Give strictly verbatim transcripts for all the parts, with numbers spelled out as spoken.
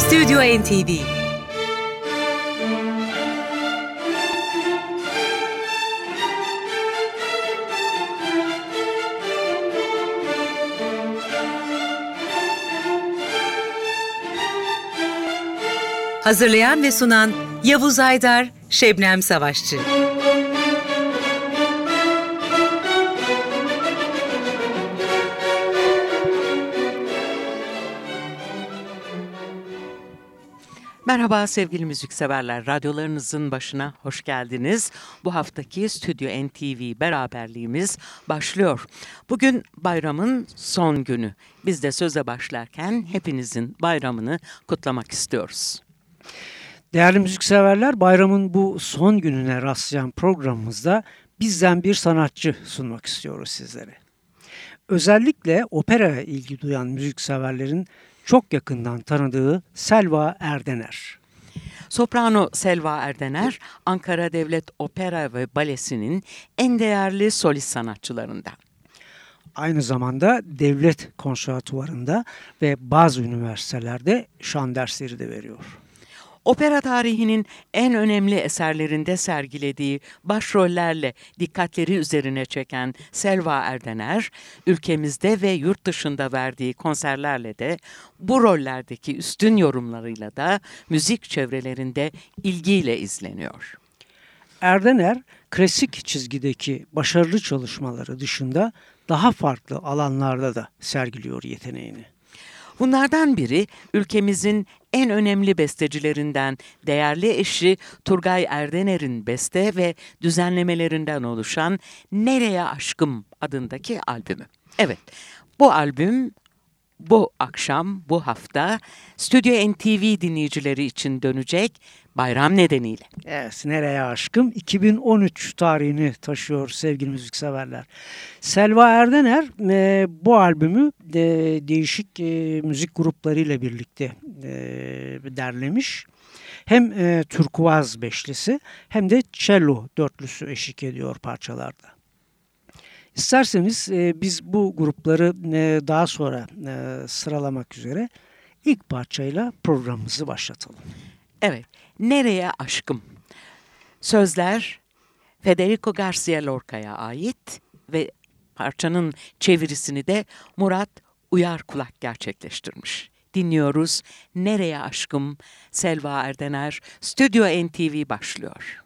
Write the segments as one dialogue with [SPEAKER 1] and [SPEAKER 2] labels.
[SPEAKER 1] Stüdyo N T V. Hazırlayan ve sunan Yavuz Aydar, Şebnem Savaşçı.
[SPEAKER 2] Merhaba sevgili müzikseverler, radyolarınızın başına hoş geldiniz. Bu haftaki Stüdyo N T V beraberliğimiz başlıyor. Bugün bayramın son günü. Biz de söze başlarken hepinizin bayramını kutlamak istiyoruz.
[SPEAKER 3] Değerli müzikseverler, bayramın bu son gününe rastlayan programımızda bizden bir sanatçı sunmak istiyoruz sizlere. Özellikle operaya ilgi duyan müzikseverlerin çok yakından tanıdığı Selva Erdener.
[SPEAKER 2] Soprano Selva Erdener, Ankara Devlet Opera ve Balesi'nin en değerli solist sanatçılarından.
[SPEAKER 3] Aynı zamanda devlet konservatuvarında ve bazı üniversitelerde şan dersleri de veriyor.
[SPEAKER 2] Opera tarihinin en önemli eserlerinde sergilediği başrollerle dikkatleri üzerine çeken Selva Erdener, ülkemizde ve yurt dışında verdiği konserlerle de bu rollerdeki üstün yorumlarıyla da müzik çevrelerinde ilgiyle izleniyor.
[SPEAKER 3] Erdener, klasik çizgideki başarılı çalışmaları dışında daha farklı alanlarda da sergiliyor yeteneğini.
[SPEAKER 2] Bunlardan biri ülkemizin en önemli bestecilerinden değerli eşi Turgay Erdener'in beste ve düzenlemelerinden oluşan Nereye Aşkım adındaki albümü. Evet, bu albüm bu akşam, bu hafta Stüdyo N T V dinleyicileri için dönecek bayram nedeniyle.
[SPEAKER 3] Evet, Nereye Aşkım iki bin on üç tarihini taşıyor sevgili müzikseverler. Selva Erdener e, bu albümü e, değişik e, müzik gruplarıyla birlikte e, derlemiş. Hem e, turkuaz beşlisi hem de cello dörtlüsü eşlik ediyor parçalarda. İsterseniz e, biz bu grupları e, daha sonra e, sıralamak üzere ilk parçayla programımızı başlatalım.
[SPEAKER 2] Evet, Nereye Aşkım? Sözler Federico Garcia Lorca'ya ait ve parçanın çevirisini de Murat Uyar Kulak gerçekleştirmiş. Dinliyoruz. Nereye Aşkım? Selva Erdener, Stüdyo N T V başlıyor.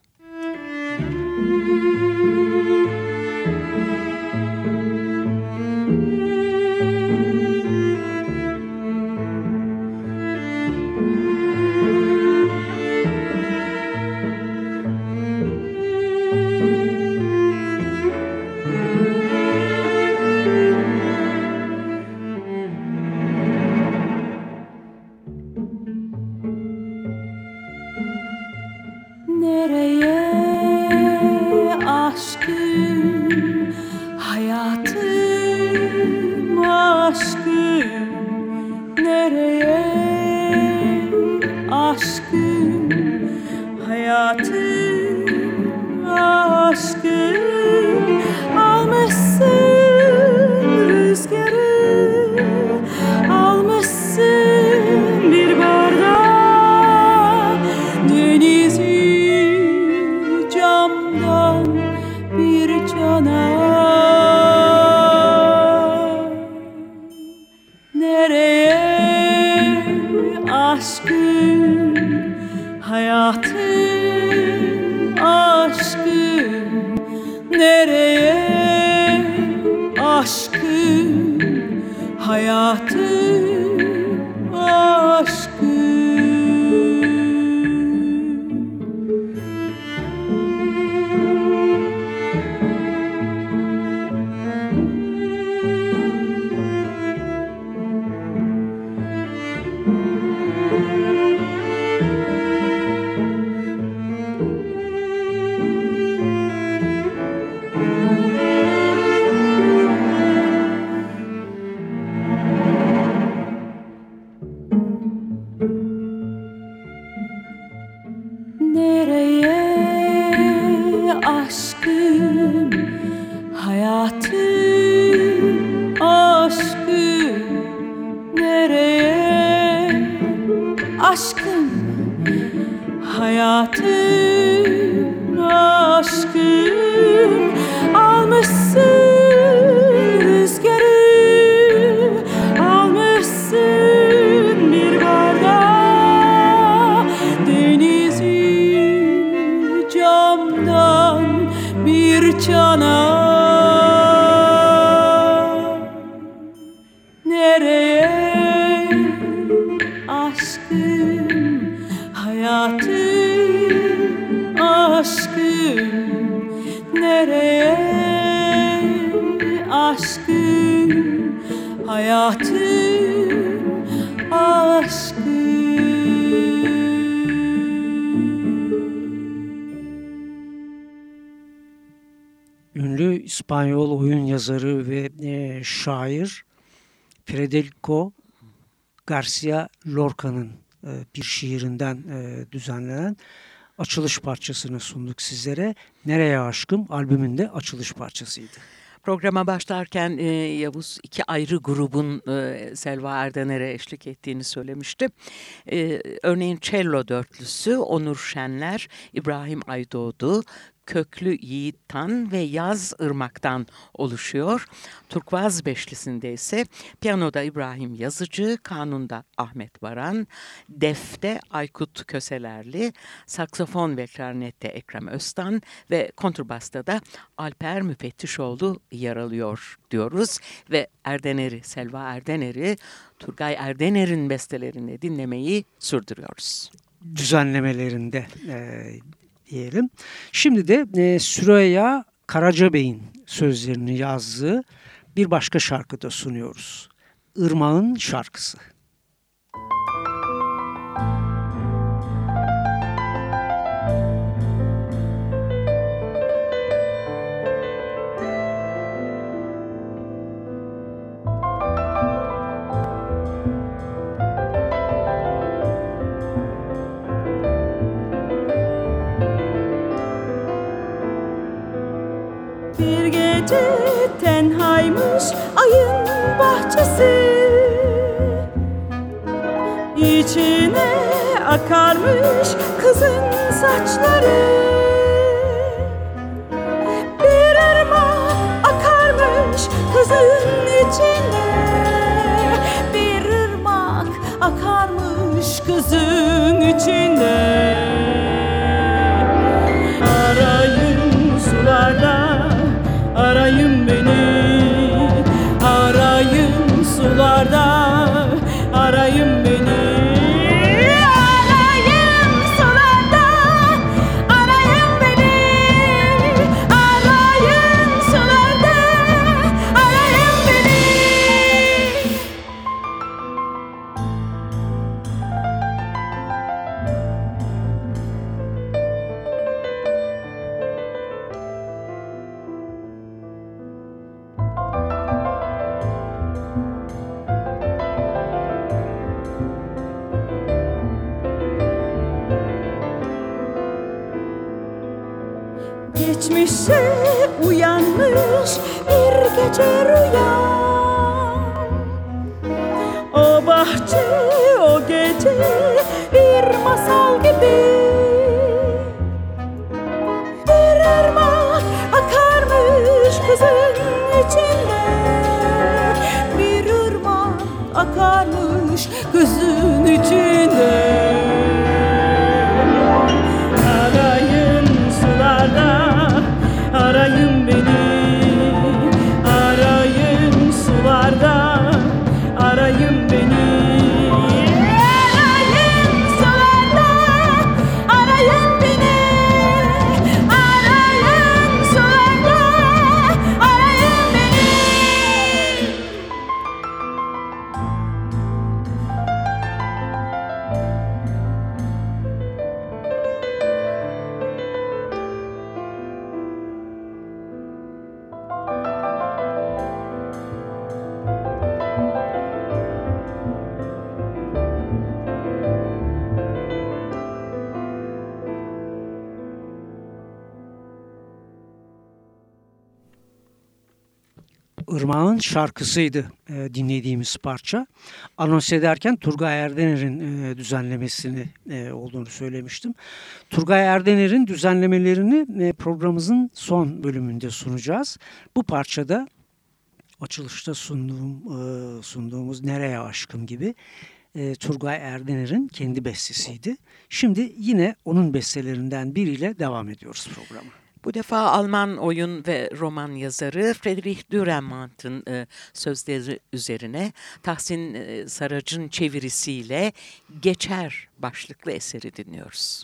[SPEAKER 4] aşkım, hayatım, aşkım. Almışsın rüzgarı, almışsın bir bardağı denizi, camdan bir çanağı. Nereye aşkım, hayatım, aşkım? Nereye aşkım, hayatım, aşkım?
[SPEAKER 3] Ünlü İspanyol oyun yazarı ve e, şair Federico Garcia Lorca'nın e, bir şiirinden e, düzenlenen açılış parçasını sunduk sizlere. Nereye Aşkım albümünde açılış parçasıydı.
[SPEAKER 2] Programa başlarken e, Yavuz iki ayrı grubun e, Selva Erdener'e eşlik ettiğini söylemişti. E, örneğin Cello Dörtlüsü Onur Şenler, İbrahim Aydoğdu, Köklü Yiğit Tan ve Yaz Irmak'tan oluşuyor. Turkuaz Beşlisi'nde ise piyanoda İbrahim Yazıcı, kanunda Ahmet Baran, defte Aykut Köselerli, saksafon ve klarnette Ekrem Öztan ve kontrbasta da Alper Müfettişoğlu yer alıyor diyoruz. Ve Erdener'i, Selva Erdener'i, Turgay Erdener'in bestelerini dinlemeyi sürdürüyoruz.
[SPEAKER 3] Düzenlemelerinde e, diyelim. Şimdi de e, Süreyya Karacabey'in sözlerini yazdığı bir başka şarkı da sunuyoruz. Irmağın Şarkısı.
[SPEAKER 4] Bir gece tenhaymış ayın bahçesi, İçine akarmış kızın saçları. Bir ırmak akarmış kızın içine, bir ırmak akarmış kızın içine. Arayın sularda, arayın beni, arayın sularda, arayın beni. Arayın sularda, arayın beni, arayın sularda, arayın beni. Geçmişe uyanmış bir gece rüyam, o bahçe o gece bir masal gibi. Bir ırmak akarmış kızın içinde, bir ırmak akarmış kızın içinde. Arayın beni, arayın sularda, arayın beni. Arayın sularda, arayın beni, arayın sularda, arayın
[SPEAKER 3] Irmak'ın şarkısıydı e, dinlediğimiz parça. Anons ederken Turgay Erdener'in e, düzenlemesini e, olduğunu söylemiştim. Turgay Erdener'in düzenlemelerini e, programımızın son bölümünde sunacağız. Bu parçada açılışta sunduğum, e, sunduğumuz Nereye Aşkım gibi e, Turgay Erdener'in kendi bestesiydi. Şimdi yine onun bestelerinden biriyle devam ediyoruz programa.
[SPEAKER 2] Bu defa Alman oyun ve roman yazarı Friedrich Dürrenmatt'ın e, sözleri üzerine Tahsin e, Sarac'ın çevirisiyle Geçer başlıklı eseri dinliyoruz.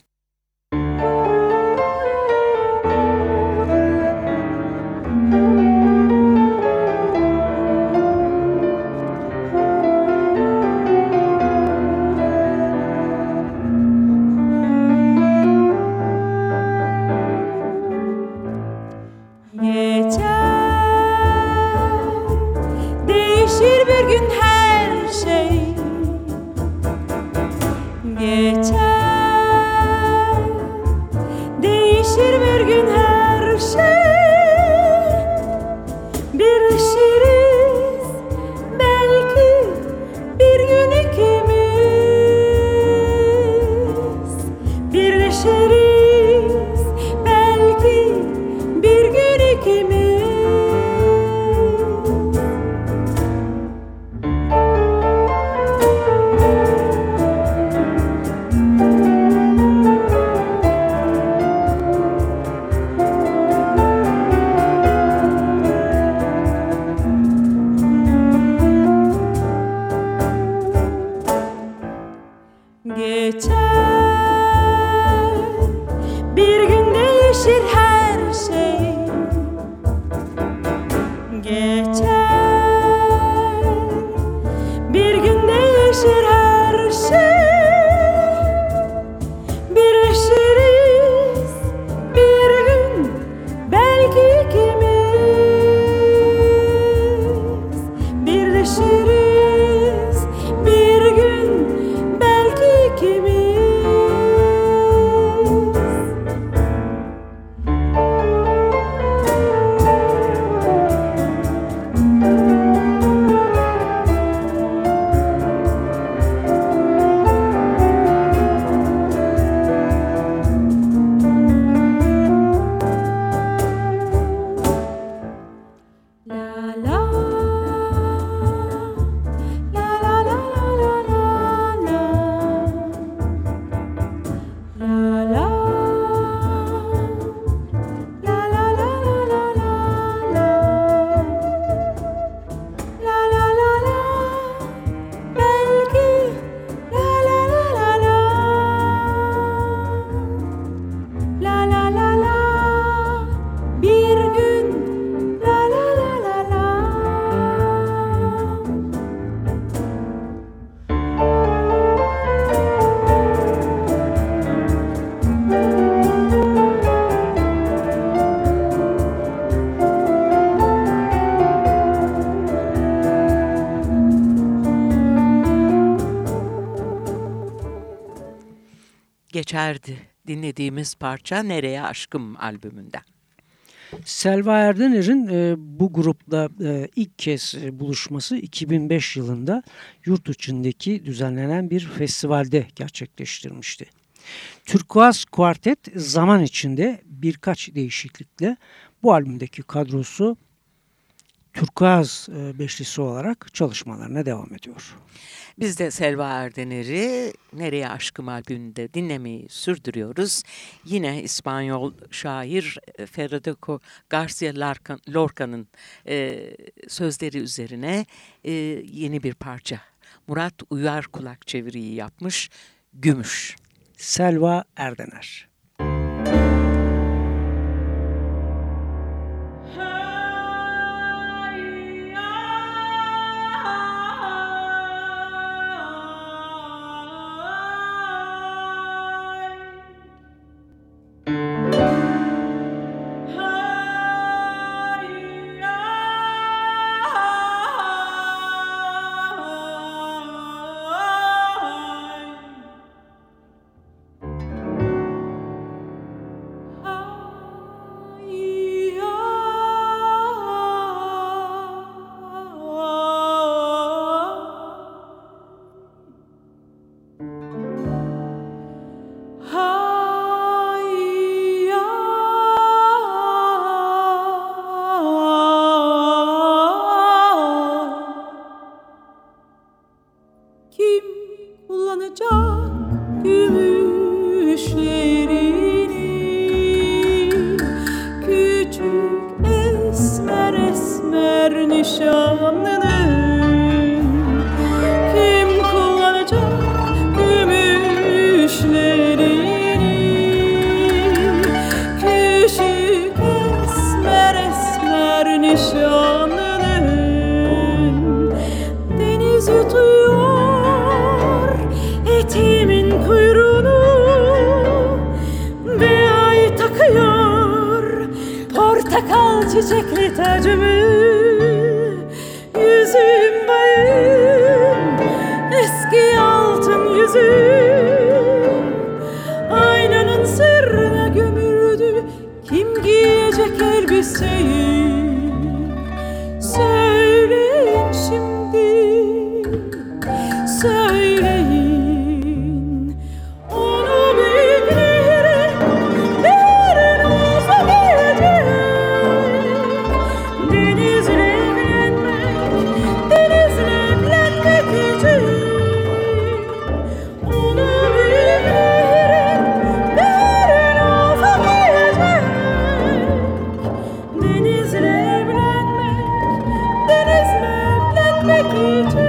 [SPEAKER 4] Değişir bir gün her şey, geçer. Değişir bir gün her şey. Birleşiriz belki bir gün ikimiz. Birleşiriz belki bir gün ikimiz.
[SPEAKER 2] Geçerdi dinlediğimiz parça Nereye Aşkım albümünden.
[SPEAKER 3] Selva Erdener'in e, bu grupla e, ilk kez e, buluşması iki bin beş yılında yurt içindeki düzenlenen bir festivalde gerçekleştirmişti. Turkuaz Kuartet zaman içinde birkaç değişiklikle bu albümdeki kadrosu Turkuaz e, beşlisi olarak çalışmalarına devam ediyor.
[SPEAKER 2] Biz de Selva Erdener'i Nereye Aşkım albümünde dinlemeyi sürdürüyoruz. Yine İspanyol şair Federico García Lorca'nın e, sözleri üzerine e, yeni bir parça. Murat Uyar kulak çeviriyi yapmış, Gümüş.
[SPEAKER 3] Selva Erdener.
[SPEAKER 4] kullanacak gümüşlerini, küçük esmer esmer nişanlının kim kullanacak gümüşlerini, küçük esmer esmer nişanlının deniz yutuyor etimin kuyruğunu ve ay takıyor portakal çiçekli tacımı. Yüzüm bayım eski altın yüzüm aynanın sırrına gömüldü. Kim giyecek elbiseyi söyleyin şimdi, söyleyin. Onu büyükleri derin olsa giyecek, denizle evlenmek, denizle evlenmek için. Onu büyükleri derin olsa giyecek, denizle evlenmek, denizle evlenmek için.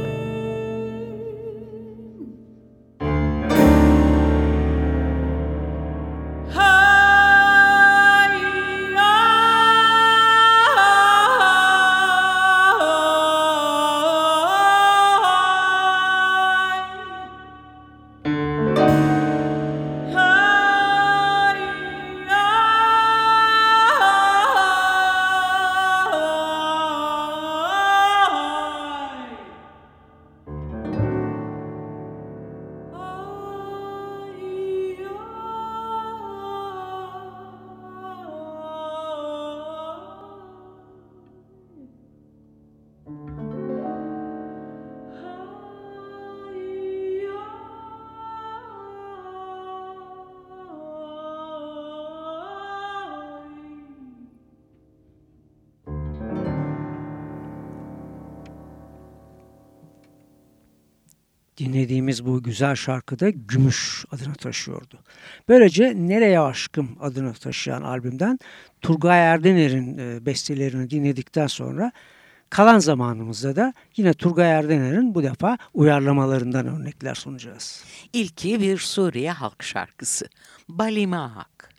[SPEAKER 3] Dinlediğimiz bu güzel şarkıda Gümüş adını taşıyordu. Böylece Nereye Aşkım adını taşıyan albümden Turgay Erdener'in e, bestelerini dinledikten sonra kalan zamanımızda da yine Turgay Erdener'in bu defa uyarlamalarından örnekler sunacağız.
[SPEAKER 2] İlki bir Suriye halk şarkısı. Balima Hak.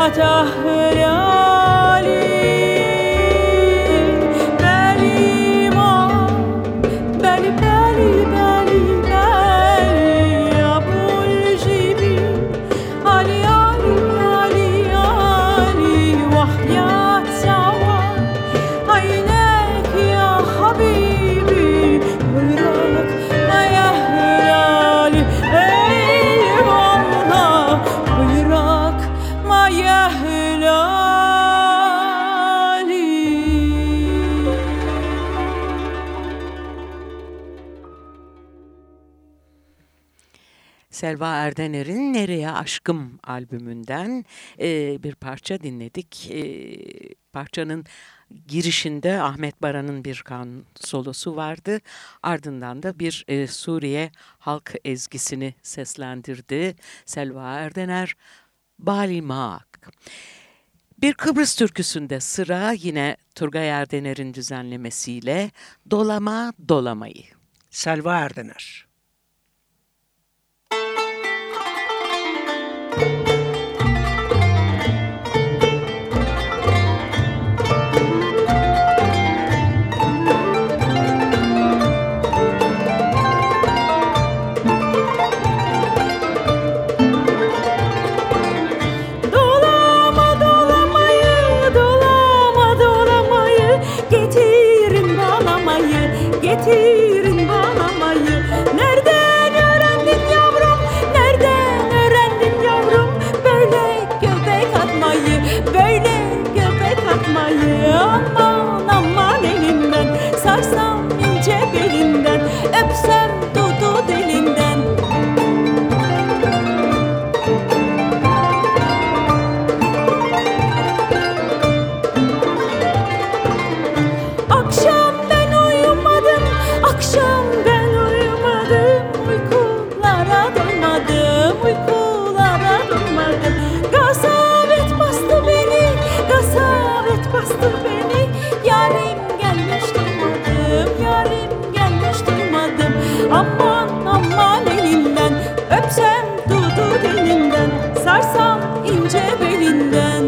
[SPEAKER 4] هتهلالي بالي ما بالي بالي بالي بالي يا ابو الجبين علي علي علي علي وحياة سواد عينيك يا حبيبي وراك ما يهلالي اي والله وراك ما يهلالي.
[SPEAKER 2] Selva Erdener'in Nereye Aşkım albümünden e, bir parça dinledik. E, parçanın girişinde Ahmet Baran'ın bir kan solosu vardı. Ardından da bir e, Suriye halk ezgisini seslendirdi Selva Erdener. Bali Maak. Bir Kıbrıs türküsünde sıra yine Turgay Erdener'in düzenlemesiyle Dolama Dolamayı.
[SPEAKER 3] Selva Erdener.
[SPEAKER 4] Dolama dolamayı, dolama dolamayı, getirin bağlamayı, getirin bağlamayı. Nereden öğrendin yavrum, nereden öğrendin yavrum, böyle göbek atmayı, böyle göbek atmayı. Aman aman elimden, sarsam ince belinden, öpsem dudu dilinden. Akşam ben uyumadım, akşam ben uyumadım, uykulara dalmadım, uykulara dalmadım. Gasavet bastı beni, gasavet bastı beni, yarim gelmiş durmadım, yarim gelmiş durmadım. Aman aman elinden, öpsem dudu dilinden, sarsam ince belinden.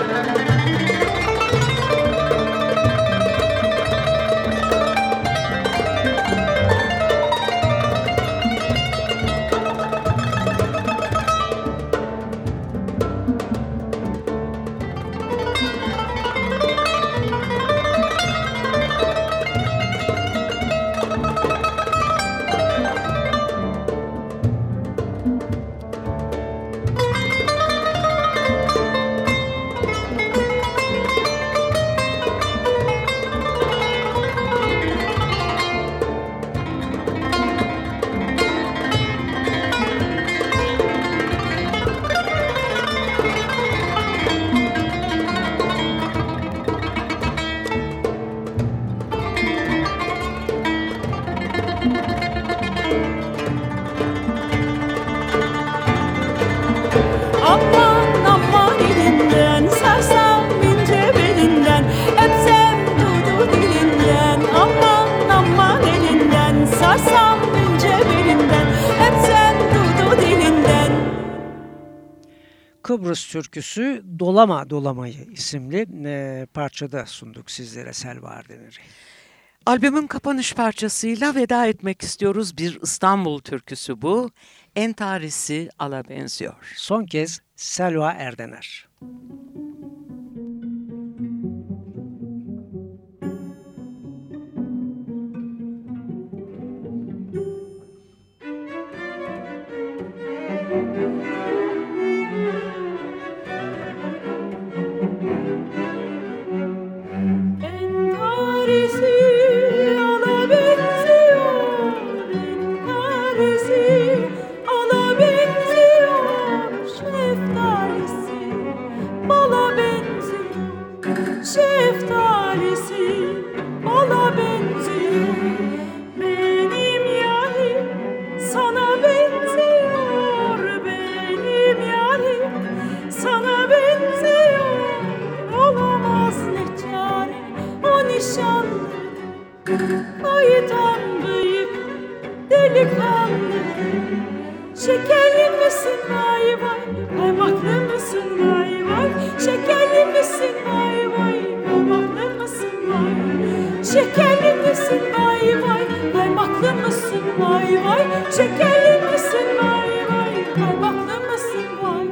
[SPEAKER 4] Aman aman elinden, sarsam ince belinden, öpsem dudu dilinden. Aman aman elinden, sarsam ince belinden, öpsem dudu dilinden.
[SPEAKER 3] Kıbrıs türküsü Dolama Dolamayı isimli e, parçada sunduk sizlere Selva Erdener'i.
[SPEAKER 2] Albümün kapanış parçasıyla veda etmek istiyoruz. Bir İstanbul türküsü bu. Entarisi ala benziyor.
[SPEAKER 3] Son kez Selva Erdener.
[SPEAKER 4] Entarisi ala benziyor, entarisi ala benziyor, şeftalisi bala benziyor, şeftalisi bala benziyor. Benim yarim sana benziyor, benim yarim sana benziyor. Olamaz ne çare o nişanlı, ayıdan büyük delikanlı. Şekerli misin vay vay, kaymaklı mısın vay vay, Şekerli misin vay vay, kaymaklı mısın vay?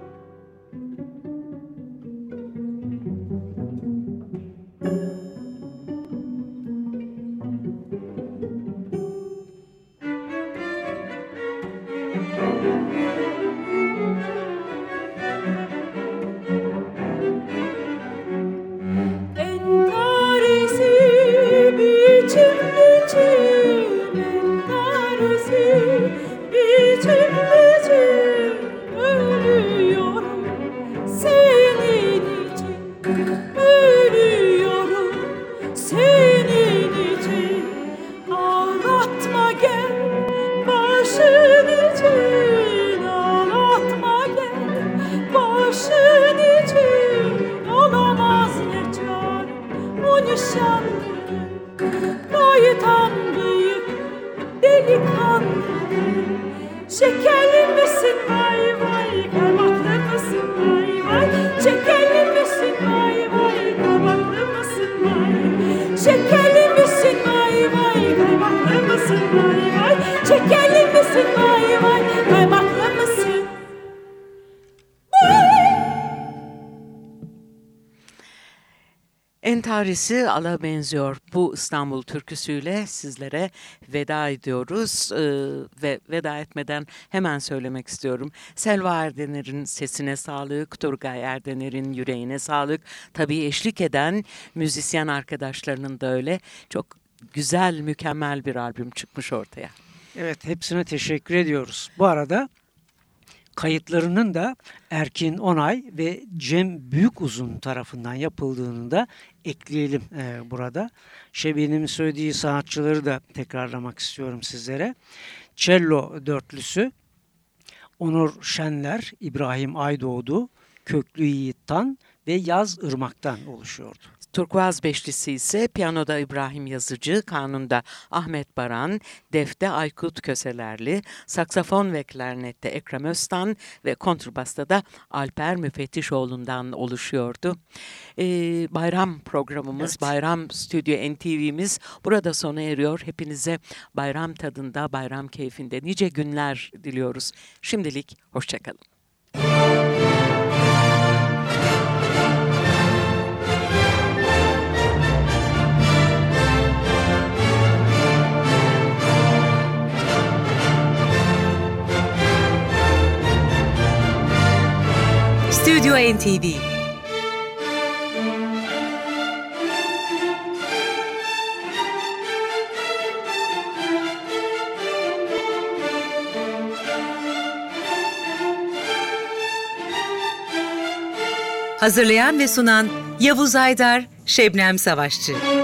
[SPEAKER 4] Entarisi biçim biçim, entarisi biçim biçim, ölüyorum senin için, ölüyorum senin için. Ağlatma gel başın için, ağlatma gel başın için. Olamaz ne çare bu nişanlı, kayıtan büyük delikanlı. Şekerli misin vay vay, kaymaklı mısın vay vay? Şekerli misin vay vay, kaymaklı mısın vay? Şekerli misin vay vay, kaymaklı mısın vay vay? Şekerli misin vay vay, kaymaklı mısın?
[SPEAKER 2] Entarisi ala benziyor. Bu İstanbul türküsüyle sizlere veda ediyoruz. Ee, ve veda etmeden hemen söylemek istiyorum. Selva Erdener'in sesine sağlık, Turgay Erdener'in yüreğine sağlık. Tabii eşlik eden müzisyen arkadaşlarının da öyle. Çok güzel, mükemmel bir albüm çıkmış ortaya.
[SPEAKER 3] Evet, hepsine teşekkür ediyoruz. Bu arada kayıtlarının da Erkin Onay ve Cem Büyükuzun tarafından yapıldığını da ekleyelim e, burada. Şebi'nin söylediği sanatçıları da tekrarlamak istiyorum sizlere. Cello dörtlüsü Onur Şenler, İbrahim Aydoğdu, Köklü Yiğittan ve Yaz Irmak'tan oluşuyordu.
[SPEAKER 2] Turkuaz Beşlisi ise piyanoda İbrahim Yazıcı, kanunda Ahmet Baran, defte Aykut Köselerli, saksafon ve klarnette Ekrem Öztan ve kontrbasta da Alper Müfettişoğlu'ndan oluşuyordu. Ee, bayram programımız, evet. Bayram Stüdyo N T V'miz burada sona eriyor. Hepinize bayram tadında, bayram keyfinde nice günler diliyoruz. Şimdilik hoşçakalın.
[SPEAKER 1] Stüdyo N T V. Hazırlayan ve sunan Yavuz Aydar, Şebnem Savaşçı.